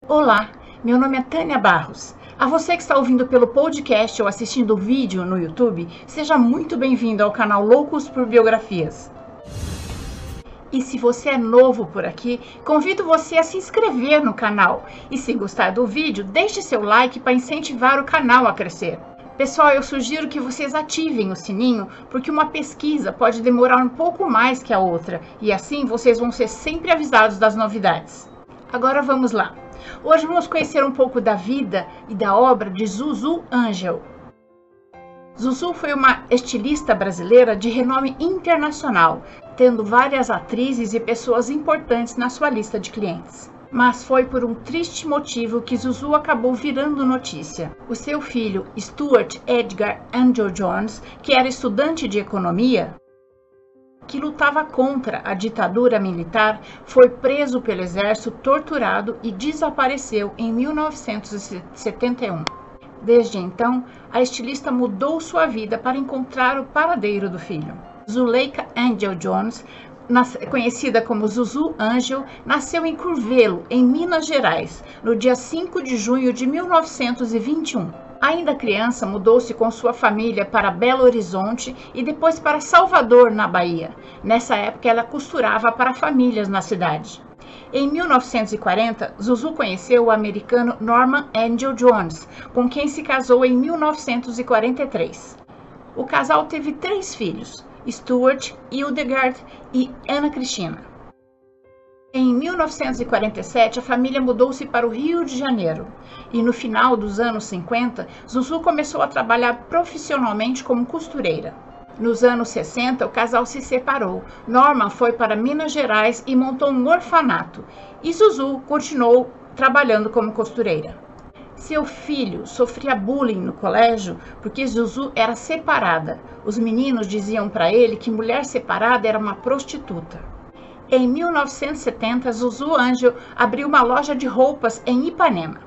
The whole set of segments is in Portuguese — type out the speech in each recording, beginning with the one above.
Olá, meu nome é Tânia Barros. A você que está ouvindo pelo podcast ou assistindo o vídeo no YouTube, seja muito bem-vindo ao canal Loucos por Biografias. E se você é novo por aqui, convido você a se inscrever no canal. E se gostar do vídeo, deixe seu like para incentivar o canal a crescer. Pessoal, eu sugiro que vocês ativem o sininho, porque uma pesquisa pode demorar um pouco mais que a outra, e assim vocês vão ser sempre avisados das novidades. Agora vamos lá. Hoje vamos conhecer um pouco da vida e da obra de Zuzu Angel. Zuzu foi uma estilista brasileira de renome internacional, tendo várias atrizes e pessoas importantes na sua lista de clientes. Mas foi por um triste motivo que Zuzu acabou virando notícia. O seu filho, Stuart Edgar Angel Jones, que era estudante de economia, que lutava contra a ditadura militar, foi preso pelo exército, torturado e desapareceu em 1971. Desde então, a estilista mudou sua vida para encontrar o paradeiro do filho. Zuleika Angel Jones, conhecida como Zuzu Angel, nasceu em Curvelo, em Minas Gerais, no dia 5 de junho de 1921. Ainda criança, mudou-se com sua família para Belo Horizonte e depois para Salvador, na Bahia. Nessa época, ela costurava para famílias na cidade. Em 1940, Zuzu conheceu o americano Norman Angel Jones, com quem se casou em 1943. O casal teve 3 filhos, Stuart, Hildegard e Ana Cristina. Em 1947, a família mudou-se para o Rio de Janeiro e no final dos anos 50, Zuzu começou a trabalhar profissionalmente como costureira. Nos anos 60, o casal se separou. Norman foi para Minas Gerais e montou um orfanato, e Zuzu continuou trabalhando como costureira. Seu filho sofria bullying no colégio porque Zuzu era separada. Os meninos diziam para ele que mulher separada era uma prostituta. Em 1970, Zuzu Angel abriu uma loja de roupas em Ipanema.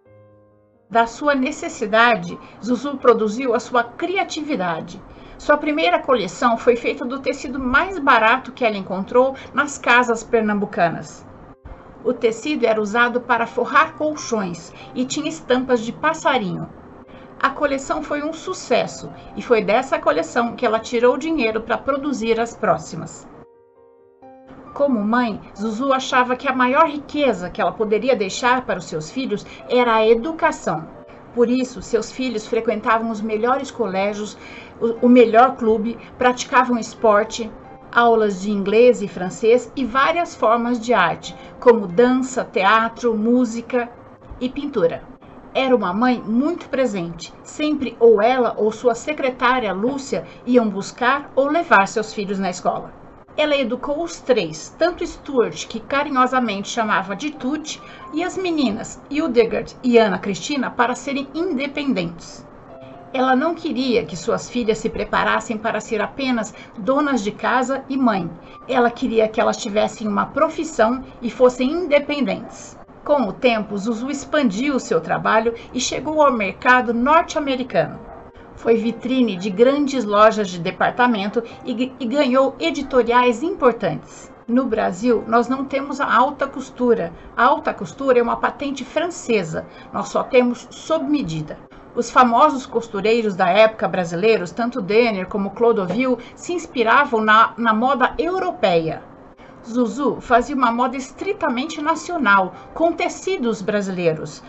Da sua necessidade, Zuzu produziu a sua criatividade. Sua primeira coleção foi feita do tecido mais barato que ela encontrou nas casas pernambucanas. O tecido era usado para forrar colchões e tinha estampas de passarinho. A coleção foi um sucesso e foi dessa coleção que ela tirou dinheiro para produzir as próximas. Como mãe, Zuzu achava que a maior riqueza que ela poderia deixar para os seus filhos era a educação. Por isso, seus filhos frequentavam os melhores colégios, o melhor clube, praticavam esporte, aulas de inglês e francês e várias formas de arte, como dança, teatro, música e pintura. Era uma mãe muito presente. Sempre ou ela ou sua secretária Lúcia iam buscar ou levar seus filhos na escola. Ela educou os 3, tanto Stuart, que carinhosamente chamava de Tuti, e as meninas, Hildegard e Ana Cristina, para serem independentes. Ela não queria que suas filhas se preparassem para ser apenas donas de casa e mãe. Ela queria que elas tivessem uma profissão e fossem independentes. Com o tempo, Zuzu expandiu o seu trabalho e chegou ao mercado norte-americano. Foi vitrine de grandes lojas de departamento e ganhou editoriais importantes. No Brasil, nós não temos a alta costura. A alta costura é uma patente francesa. Nós só temos sob medida. Os famosos costureiros da época brasileiros, tanto Denner como Clodovil, se inspiravam na moda europeia. Zuzu fazia uma moda estritamente nacional, com tecidos brasileiros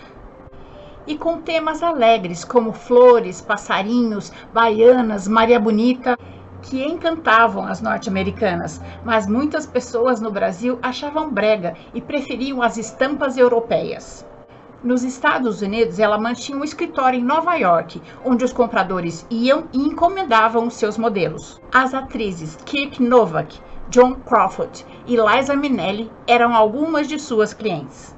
e com temas alegres como flores, passarinhos, baianas, Maria Bonita, que encantavam as norte-americanas, mas muitas pessoas no Brasil achavam brega e preferiam as estampas europeias. Nos Estados Unidos, ela mantinha um escritório em Nova York, onde os compradores iam e encomendavam os seus modelos. As atrizes Kirk Novak, Joan Crawford e Liza Minnelli eram algumas de suas clientes.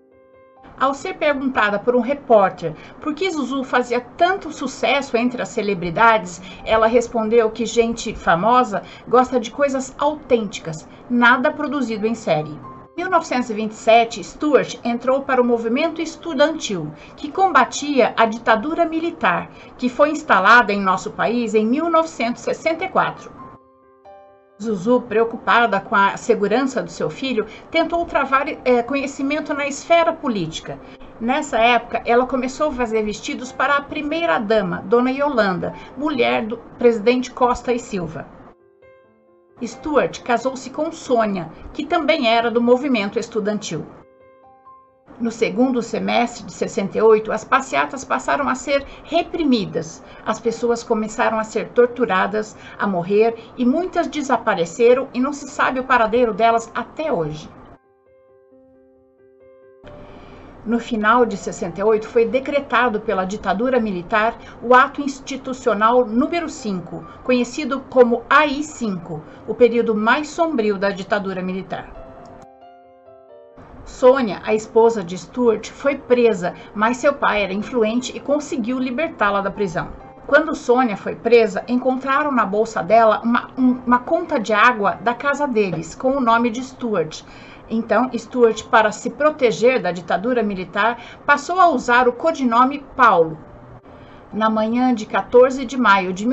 Ao ser perguntada por um repórter por que Zuzu fazia tanto sucesso entre as celebridades, ela respondeu que gente famosa gosta de coisas autênticas, nada produzido em série. Em 1927, Stuart entrou para o movimento estudantil, que combatia a ditadura militar, que foi instalada em nosso país em 1964. Zuzu, preocupada com a segurança do seu filho, tentou travar conhecimento na esfera política. Nessa época, ela começou a fazer vestidos para a primeira-dama, Dona Yolanda, mulher do presidente Costa e Silva. Stuart casou-se com Sônia, que também era do movimento estudantil. No segundo semestre de 68, as passeatas passaram a ser reprimidas. As pessoas começaram a ser torturadas, a morrer, e muitas desapareceram e não se sabe o paradeiro delas até hoje. No final de 68, foi decretado pela ditadura militar o Ato Institucional número 5, conhecido como AI-5, o período mais sombrio da ditadura militar. Sônia, a esposa de Stuart, foi presa, mas seu pai era influente e conseguiu libertá-la da prisão. Quando Sônia foi presa, encontraram na bolsa dela uma conta de água da casa deles, com o nome de Stuart. Então, Stuart, para se proteger da ditadura militar, passou a usar o codinome Paulo. Na manhã de 14 de maio de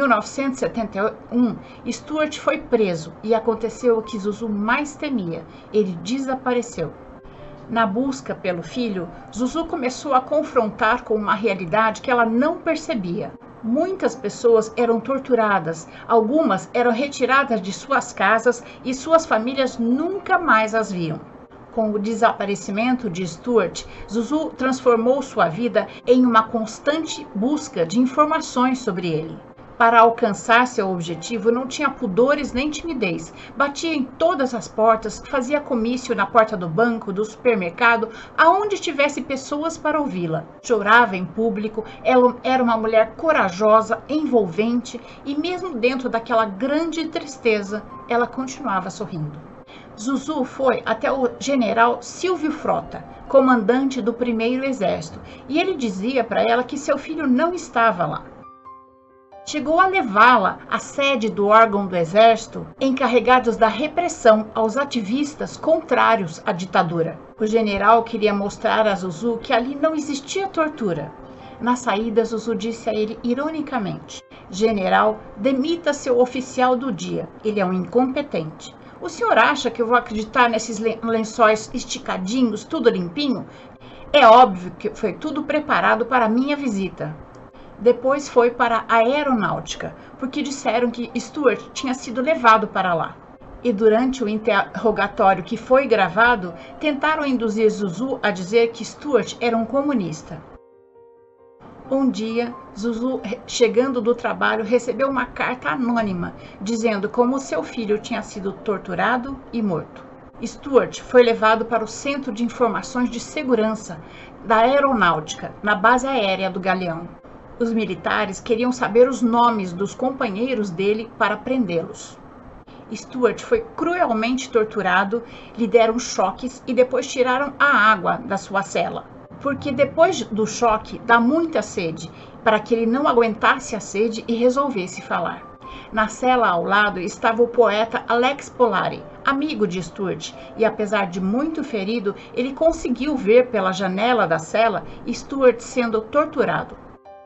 1971, Stuart foi preso e aconteceu o que Zuzu mais temia: ele desapareceu. Na busca pelo filho, Zuzu começou a confrontar com uma realidade que ela não percebia. Muitas pessoas eram torturadas, algumas eram retiradas de suas casas e suas famílias nunca mais as viam. Com o desaparecimento de Stuart, Zuzu transformou sua vida em uma constante busca de informações sobre ele. Para alcançar seu objetivo, não tinha pudores nem timidez. Batia em todas as portas, fazia comício na porta do banco, do supermercado, aonde tivesse pessoas para ouvi-la. Chorava em público, ela era uma mulher corajosa, envolvente, e mesmo dentro daquela grande tristeza, ela continuava sorrindo. Zuzu foi até o general Silvio Frota, comandante do 1º Exército, e ele dizia para ela que seu filho não estava lá. Chegou a levá-la à sede do órgão do Exército, encarregados da repressão aos ativistas contrários à ditadura. O general queria mostrar a Zuzu que ali não existia tortura. Na saída, Zuzu disse a ele ironicamente: "General, demita seu oficial do dia, ele é um incompetente. O senhor acha que eu vou acreditar nesses lençóis esticadinhos, tudo limpinho? É óbvio que foi tudo preparado para a minha visita." Depois foi para a aeronáutica, porque disseram que Stuart tinha sido levado para lá. E durante o interrogatório que foi gravado, tentaram induzir Zuzu a dizer que Stuart era um comunista. Um dia, Zuzu, chegando do trabalho, recebeu uma carta anônima, dizendo como seu filho tinha sido torturado e morto. Stuart foi levado para o Centro de Informações de Segurança da Aeronáutica, na base aérea do Galeão. Os militares queriam saber os nomes dos companheiros dele para prendê-los. Stuart foi cruelmente torturado, lhe deram choques e depois tiraram a água da sua cela. Porque depois do choque dá muita sede, para que ele não aguentasse a sede e resolvesse falar. Na cela ao lado estava o poeta Alex Polari, amigo de Stuart, e apesar de muito ferido, ele conseguiu ver pela janela da cela Stuart sendo torturado.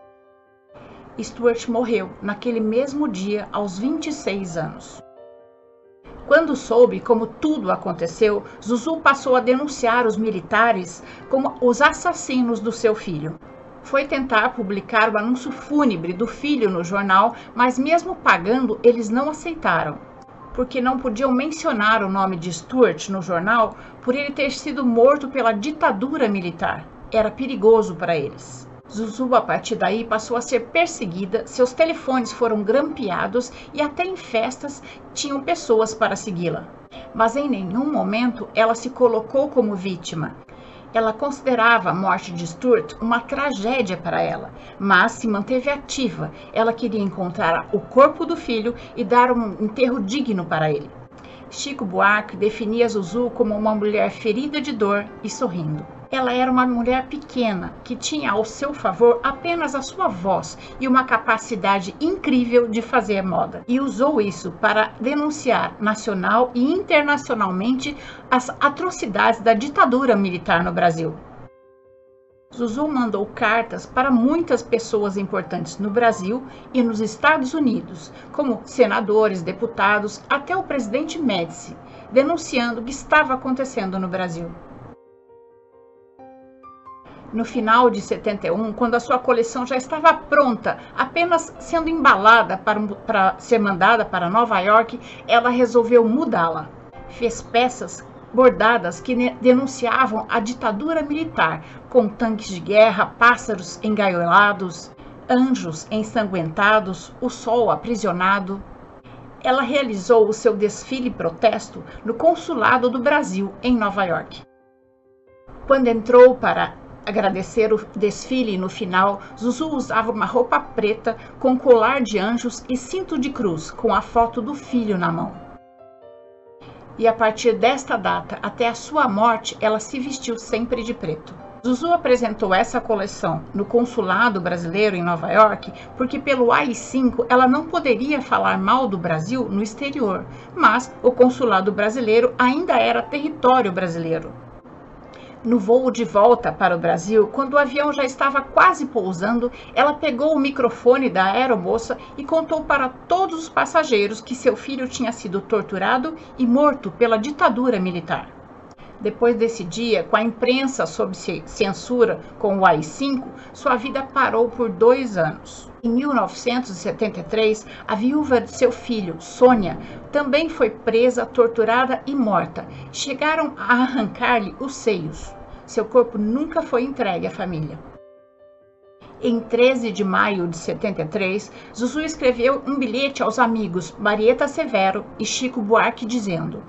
Stuart morreu naquele mesmo dia, aos 26 anos. Quando soube como tudo aconteceu, Zuzu passou a denunciar os militares como os assassinos do seu filho. Foi tentar publicar o anúncio fúnebre do filho no jornal, mas mesmo pagando, eles não aceitaram, porque não podiam mencionar o nome de Stuart no jornal por ele ter sido morto pela ditadura militar. Era perigoso para eles. Zuzu, a partir daí, passou a ser perseguida, seus telefones foram grampeados e até em festas tinham pessoas para segui-la. Mas em nenhum momento ela se colocou como vítima. Ela considerava a morte de Stuart uma tragédia para ela, mas se manteve ativa. Ela queria encontrar o corpo do filho e dar um enterro digno para ele. Chico Buarque definia Zuzu como uma mulher ferida de dor e sorrindo. Ela era uma mulher pequena, que tinha ao seu favor apenas a sua voz e uma capacidade incrível de fazer moda. E usou isso para denunciar nacional e internacionalmente as atrocidades da ditadura militar no Brasil. Zuzu mandou cartas para muitas pessoas importantes no Brasil e nos Estados Unidos, como senadores, deputados, até o presidente Médici, denunciando o que estava acontecendo no Brasil. No final de 71, quando a sua coleção já estava pronta, apenas sendo embalada para ser mandada para Nova York, ela resolveu mudá-la. Fez peças bordadas que denunciavam a ditadura militar, com tanques de guerra, pássaros engaiolados, anjos ensanguentados, o sol aprisionado. Ela realizou o seu desfile protesto no Consulado do Brasil, em Nova York. Quando entrou para agradecer o desfile no final, Zuzu usava uma roupa preta com colar de anjos e cinto de cruz, com a foto do filho na mão. E a partir desta data até a sua morte, ela se vestiu sempre de preto. Zuzu apresentou essa coleção no consulado brasileiro em Nova York porque pelo AI-5 ela não poderia falar mal do Brasil no exterior, mas o consulado brasileiro ainda era território brasileiro. No voo de volta para o Brasil, quando o avião já estava quase pousando, ela pegou o microfone da aeromoça e contou para todos os passageiros que seu filho tinha sido torturado e morto pela ditadura militar. Depois desse dia, com a imprensa sob censura com o AI-5, sua vida parou por 2 anos. Em 1973, a viúva de seu filho, Sônia, também foi presa, torturada e morta. Chegaram a arrancar-lhe os seios. Seu corpo nunca foi entregue à família. Em 13 de maio de 73, Zuzu escreveu um bilhete aos amigos Marieta Severo e Chico Buarque dizendo: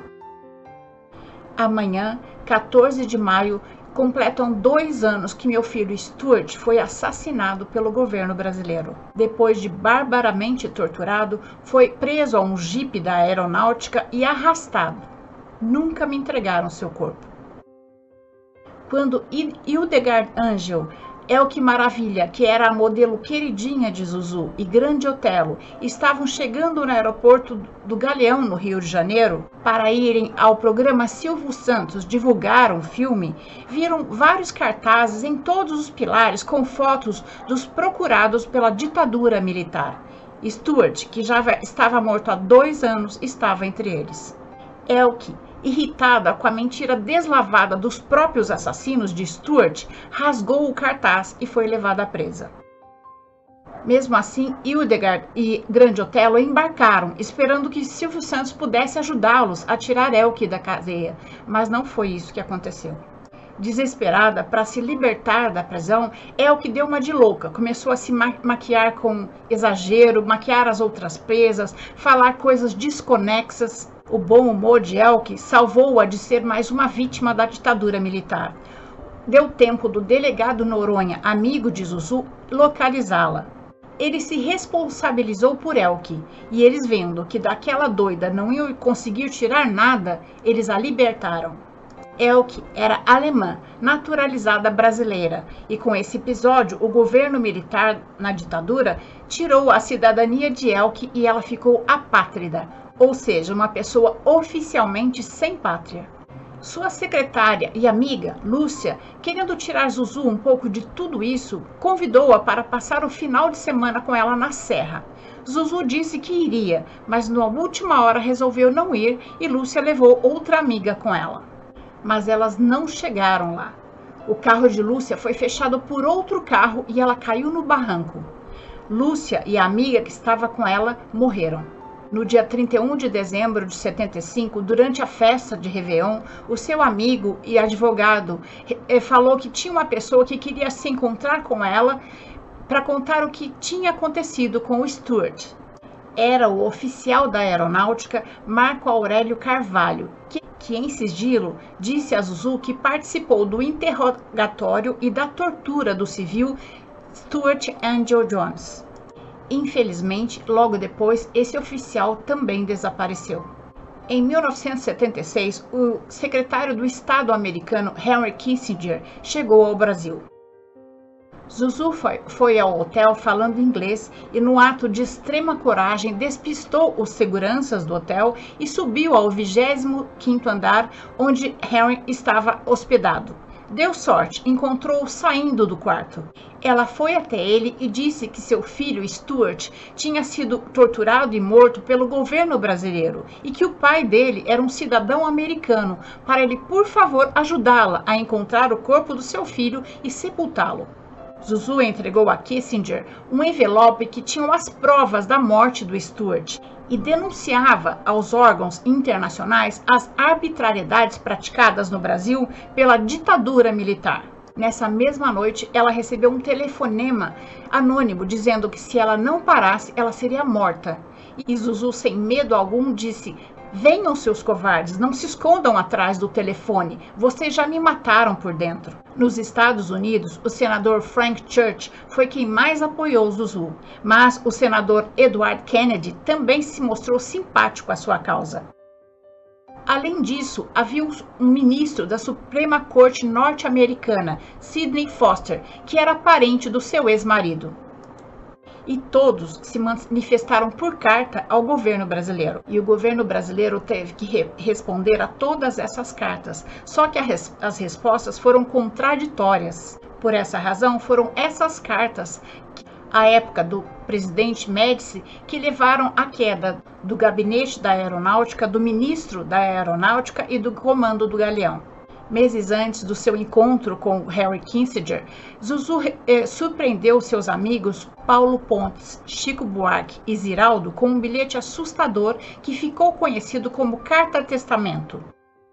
amanhã, 14 de maio, completam 2 anos que meu filho Stuart foi assassinado pelo governo brasileiro. Depois de barbaramente torturado, foi preso a um jipe da aeronáutica e arrastado. Nunca me entregaram seu corpo. Quando Hildegard Angel, Elke Maravilha, que era a modelo queridinha de Zuzu, e Grande Otelo estavam chegando no aeroporto do Galeão, no Rio de Janeiro, para irem ao programa Silvio Santos divulgar um filme, viram vários cartazes em todos os pilares com fotos dos procurados pela ditadura militar. Stuart, que já estava morto há 2 anos, estava entre eles. Elke, irritada com a mentira deslavada dos próprios assassinos de Stuart, rasgou o cartaz e foi levada presa. Mesmo assim, Hildegard e Grande Otelo embarcaram, esperando que Silvio Santos pudesse ajudá-los a tirar Elke da cadeia, mas não foi isso que aconteceu. Desesperada para se libertar da prisão, Elke deu uma de louca, começou a se maquiar com exagero, maquiar as outras presas, falar coisas desconexas. O bom humor de Elke salvou-a de ser mais uma vítima da ditadura militar. Deu tempo do delegado Noronha, amigo de Zuzu, localizá-la. Ele se responsabilizou por Elke, e eles vendo que daquela doida não iam conseguir tirar nada, eles a libertaram. Elke era alemã, naturalizada brasileira, e com esse episódio o governo militar na ditadura tirou a cidadania de Elke e ela ficou apátrida, ou seja, uma pessoa oficialmente sem pátria. Sua secretária e amiga, Lúcia, querendo tirar Zuzu um pouco de tudo isso, convidou-a para passar o final de semana com ela na Serra. Zuzu disse que iria, mas na última hora resolveu não ir e Lúcia levou outra amiga com ela. Mas elas não chegaram lá. O carro de Lúcia foi fechado por outro carro e ela caiu no barranco. Lúcia e a amiga que estava com ela morreram. No dia 31 de dezembro de 75, durante a festa de Réveillon, o seu amigo e advogado falou que tinha uma pessoa que queria se encontrar com ela para contar o que tinha acontecido com o Stuart. Era o oficial da aeronáutica Marco Aurélio Carvalho, que em sigilo disse a Zuzu que participou do interrogatório e da tortura do civil Stuart Angel Jones. Infelizmente, logo depois, esse oficial também desapareceu. Em 1976, o secretário do Estado americano Henry Kissinger chegou ao Brasil. Zuzu foi ao hotel falando inglês e, num ato de extrema coragem, despistou os seguranças do hotel e subiu ao 25º andar, onde Henry estava hospedado. Deu sorte, encontrou-o saindo do quarto. Ela foi até ele e disse que seu filho, Stuart, tinha sido torturado e morto pelo governo brasileiro e que o pai dele era um cidadão americano, para ele, por favor, ajudá-la a encontrar o corpo do seu filho e sepultá-lo. Zuzu entregou a Kissinger um envelope que tinha as provas da morte do Stuart e denunciava aos órgãos internacionais as arbitrariedades praticadas no Brasil pela ditadura militar. Nessa mesma noite, ela recebeu um telefonema anônimo dizendo que se ela não parasse, ela seria morta. E Zuzu, sem medo algum, disse: "Venham, seus covardes, não se escondam atrás do telefone, vocês já me mataram por dentro." Nos Estados Unidos, o senador Frank Church foi quem mais apoiou Zuzu, mas o senador Edward Kennedy também se mostrou simpático à sua causa. Além disso, havia um ministro da Suprema Corte norte-americana, Sidney Foster, que era parente do seu ex-marido. E todos se manifestaram por carta ao governo brasileiro. E o governo brasileiro teve que responder a todas essas cartas, só que as respostas foram contraditórias. Por essa razão, foram essas cartas, à época do presidente Médici, que levaram à queda do gabinete da aeronáutica, do ministro da aeronáutica e do comando do galeão. Meses antes do seu encontro com Henry Kissinger, Zuzu surpreendeu seus amigos Paulo Pontes, Chico Buarque e Ziraldo com um bilhete assustador que ficou conhecido como Carta-Testamento.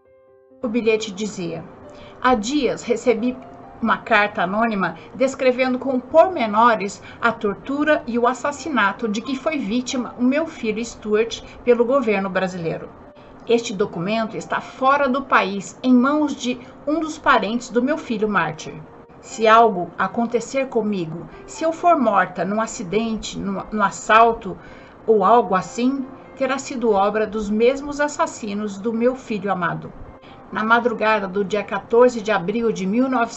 O bilhete dizia: "Há dias recebi uma carta anônima descrevendo com pormenores a tortura e o assassinato de que foi vítima o meu filho Stuart pelo governo brasileiro. Este documento está fora do país, em mãos de um dos parentes do meu filho mártir. Se algo acontecer comigo, se eu for morta num acidente, num assalto ou algo assim, terá sido obra dos mesmos assassinos do meu filho amado." Na madrugada do dia 14 de abril de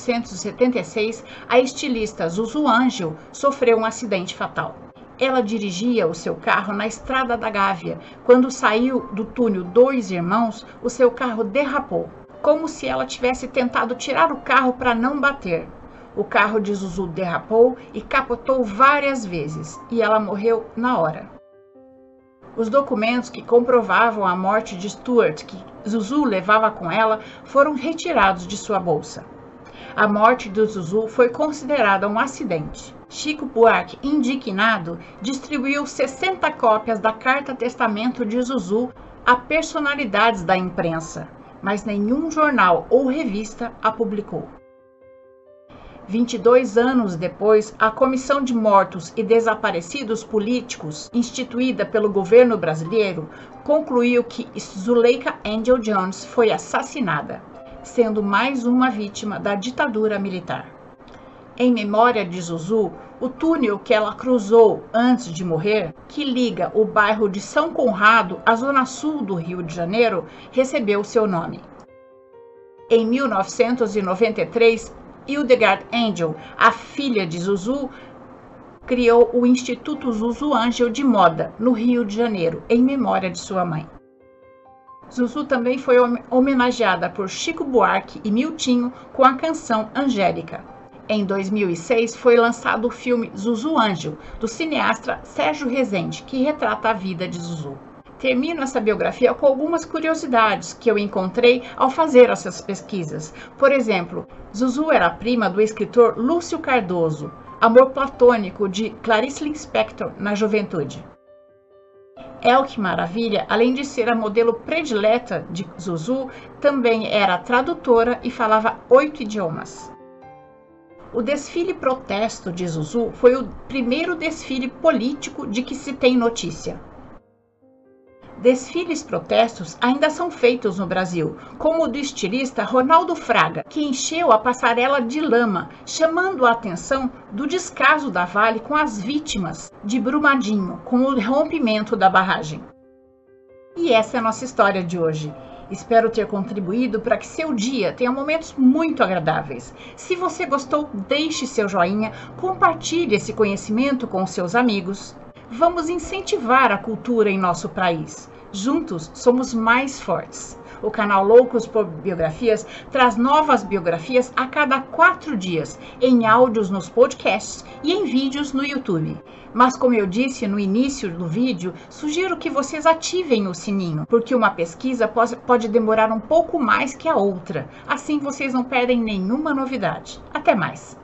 1976, a estilista Zuzu Angel sofreu um acidente fatal. Ela dirigia o seu carro na Estrada da Gávea. Quando saiu do túnel Dois Irmãos, o seu carro derrapou, como se ela tivesse tentado tirar o carro para não bater. O carro de Zuzu derrapou e capotou várias vezes, e ela morreu na hora. Os documentos que comprovavam a morte de Stuart, que Zuzu levava com ela, foram retirados de sua bolsa. A morte de Zuzu foi considerada um acidente. Chico Buarque, indignado, distribuiu 60 cópias da Carta-Testamento de Zuzu a personalidades da imprensa, mas nenhum jornal ou revista a publicou. 22 anos depois, a Comissão de Mortos e Desaparecidos Políticos, instituída pelo governo brasileiro, concluiu que Zuleika Angel Jones foi assassinada, sendo mais uma vítima da ditadura militar. Em memória de Zuzu, o túnel que ela cruzou antes de morrer, que liga o bairro de São Conrado à zona sul do Rio de Janeiro, recebeu seu nome. Em 1993, Hildegard Angel, a filha de Zuzu, criou o Instituto Zuzu Angel de Moda, no Rio de Janeiro, em memória de sua mãe. Zuzu também foi homenageada por Chico Buarque e Miltinho com a canção Angélica. Em 2006, foi lançado o filme Zuzu Angel, do cineasta Sérgio Rezende, que retrata a vida de Zuzu. Termino essa biografia com algumas curiosidades que eu encontrei ao fazer essas pesquisas. Por exemplo, Zuzu era prima do escritor Lúcio Cardoso, amor platônico de Clarice Lispector na juventude. Que Maravilha, além de ser a modelo predileta de Zuzu, também era tradutora e falava 8 idiomas. O desfile protesto de Zuzu foi o primeiro desfile político de que se tem notícia. Desfiles protestos ainda são feitos no Brasil, como o do estilista Ronaldo Fraga, que encheu a passarela de lama, chamando a atenção do descaso da Vale com as vítimas de Brumadinho, com o rompimento da barragem. E essa é a nossa história de hoje. Espero ter contribuído para que seu dia tenha momentos muito agradáveis. Se você gostou, deixe seu joinha, compartilhe esse conhecimento com seus amigos. Vamos incentivar a cultura em nosso país. Juntos somos mais fortes. O canal Loucos por Biografias traz novas biografias a cada 4 dias, em áudios nos podcasts e em vídeos no YouTube. Mas como eu disse no início do vídeo, sugiro que vocês ativem o sininho, porque uma pesquisa pode demorar um pouco mais que a outra. Assim vocês não perdem nenhuma novidade. Até mais!